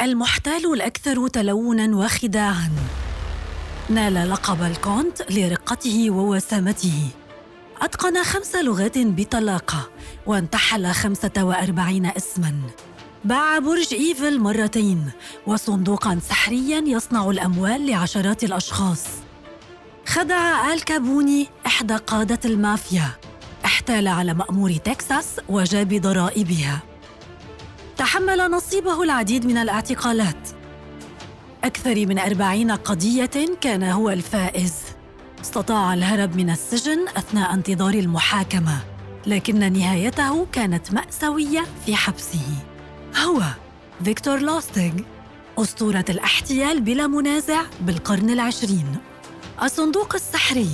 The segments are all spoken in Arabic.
المحتال الأكثر تلوناً وخداعاً نال لقب الكونت لرقته ووسامته. أتقن 5 لغات بطلاقة وانتحل 45 اسماً. باع برج إيفل مرتين وصندوقاً سحرياً يصنع الأموال لعشرات الأشخاص. خدع آل كابوني إحدى قادة المافيا. احتال على مأمور تكساس وجاب ضرائبها. تحمل نصيبه العديد من الاعتقالات. أكثر من 40 قضية كان هو الفائز. استطاع الهرب من السجن أثناء انتظار المحاكمة، لكن نهايته كانت مأساوية في حبسه. هو فيكتور لوستيغ، أسطورة الاحتيال بلا منازع بالقرن العشرين. الصندوق السحري.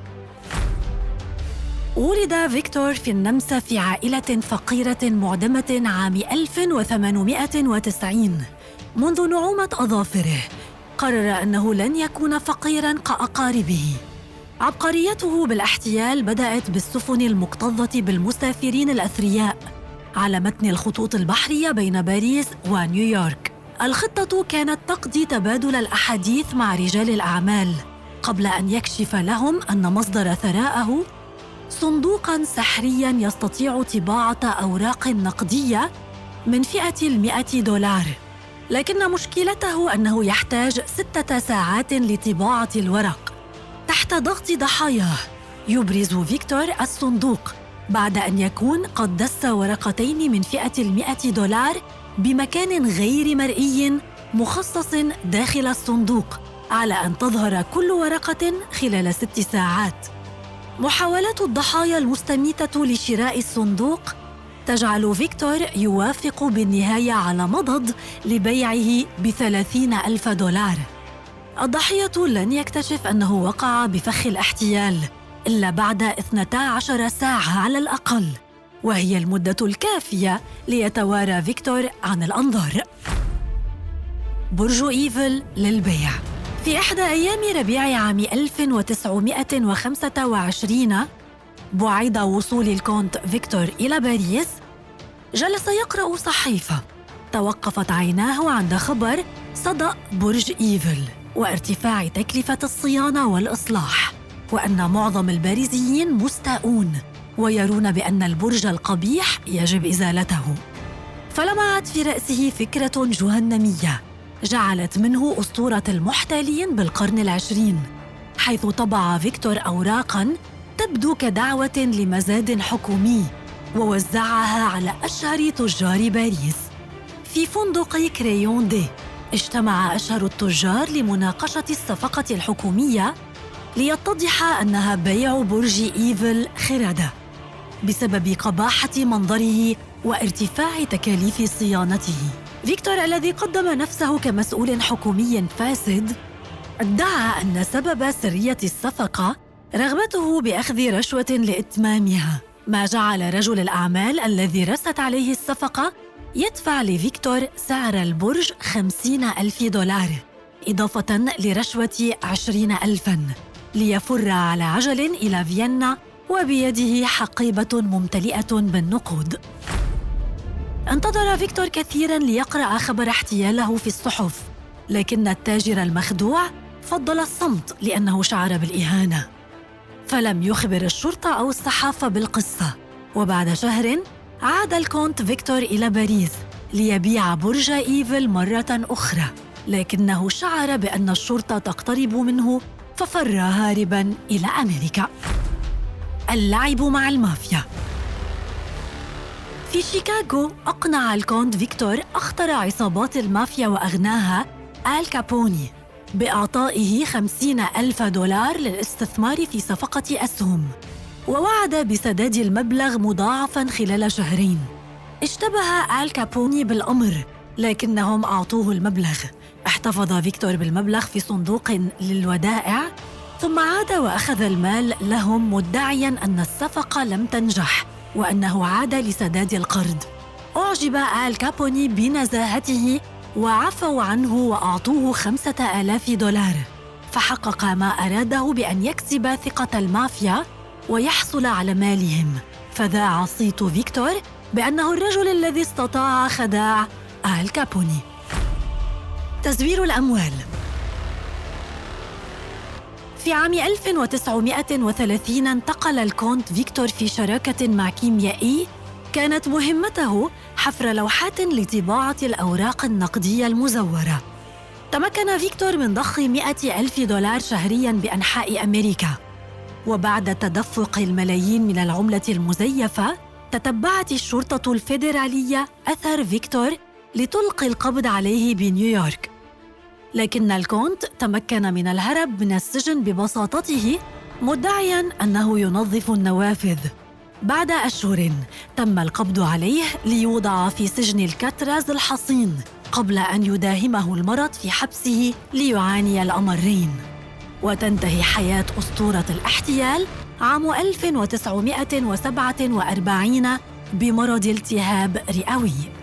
ولد فيكتور في النمسا في عائلة فقيرة معدمة عام 1890. منذ نعومة أظافره قرر أنه لن يكون فقيراً كأقاربه. عبقريته بالاحتيال بدأت بالسفن المكتظة بالمسافرين الأثرياء على متن الخطوط البحرية بين باريس ونيويورك. الخطة كانت تقضي تبادل الأحاديث مع رجال الأعمال قبل أن يكشف لهم أن مصدر ثرائه صندوقاً سحرياً يستطيع طباعة أوراق نقدية من فئة 100 دولار. لكن مشكلته أنه يحتاج 6 ساعات لطباعة الورق. تحت ضغط ضحاياه يبرز فيكتور الصندوق بعد أن يكون قد دس ورقتين من فئة 100 دولار بمكان غير مرئي مخصص داخل الصندوق، على أن تظهر كل ورقة خلال 6 ساعات. محاولات الضحايا المستميتة لشراء الصندوق تجعل فيكتور يوافق بالنهاية على مضض لبيعه ب30,000 دولار. الضحية لن يكتشف أنه وقع بفخ الاحتيال إلا بعد 12 ساعة على الأقل، وهي المدة الكافية ليتوارى فيكتور عن الأنظار. برج إيفل للبيع. في إحدى أيام ربيع عام 1925 بعد وصول الكونت فيكتور إلى باريس، جلس يقرأ صحيفة. توقفت عيناه عند خبر صدأ برج إيفل وارتفاع تكلفة الصيانة والإصلاح، وأن معظم الباريسيين مستاءون ويرون بأن البرج القبيح يجب إزالته. فلمعت في رأسه فكرة جهنمية جعلت منه أسطورة المحتالين بالقرن العشرين، حيث طبع فيكتور أوراقاً تبدو كدعوة لمزاد حكومي ووزعها على أشهر تجار باريس. في فندق كريون دي اجتمع أشهر التجار لمناقشة الصفقة الحكومية ليتضح أنها بيع برج إيفل خردة بسبب قباحة منظره وارتفاع تكاليف صيانته. فيكتور الذي قدم نفسه كمسؤول حكومي فاسد ادعى أن سبب سرية الصفقة رغبته بأخذ رشوة لإتمامها، ما جعل رجل الأعمال الذي رست عليه الصفقة يدفع لفيكتور سعر البرج 50,000 دولار إضافة لرشوة 20,000 ليفر على عجل إلى فيينا وبيده حقيبة ممتلئة بالنقود. انتظر فيكتور كثيراً ليقرأ خبر احتياله في الصحف، لكن التاجر المخدوع فضل الصمت لأنه شعر بالإهانة، فلم يخبر الشرطة أو الصحافة بالقصة. وبعد شهر عاد الكونت فيكتور إلى باريس ليبيع برج إيفل مرة أخرى، لكنه شعر بأن الشرطة تقترب منه ففر هارباً إلى أمريكا. اللعب مع المافيا. في شيكاغو أقنع الكونت فيكتور أخطر عصابات المافيا وأغناها آل كابوني بإعطائه 50,000 دولار للاستثمار في صفقة أسهم، ووعد بسداد المبلغ مضاعفاً خلال شهرين. اشتبه آل كابوني بالأمر لكنهم أعطوه المبلغ. احتفظ فيكتور بالمبلغ في صندوق للودائع ثم عاد وأخذ المال لهم مدعياً أن الصفقة لم تنجح وأنه عاد لسداد القرض. أعجب آل كابوني بنزاهته وعفوا عنه وأعطوه 5,000 دولار، فحقق ما أراده بأن يكسب ثقة المافيا ويحصل على مالهم. فذاع صيت فيكتور بأنه الرجل الذي استطاع خداع آل كابوني. تزوير الأموال. في عام 1930 انتقل الكونت فيكتور في شراكة مع كيميائي كانت مهمته حفر لوحات لطباعة الأوراق النقدية المزورة. تمكن فيكتور من ضخ $100,000 شهرياً بأنحاء أمريكا، وبعد تدفق الملايين من العملة المزيفة تتبعت الشرطة الفيدرالية أثر فيكتور لتلقي القبض عليه بنيويورك. لكن الكونت تمكن من الهرب من السجن ببساطته مدعياً أنه ينظف النوافذ. بعد أشهر تم القبض عليه ليوضع في سجن الكاتراز الحصين قبل أن يداهمه المرض في حبسه ليعاني الأمرين. وتنتهي حياة أسطورة الاحتيال عام 1947 بمرض التهاب رئوي.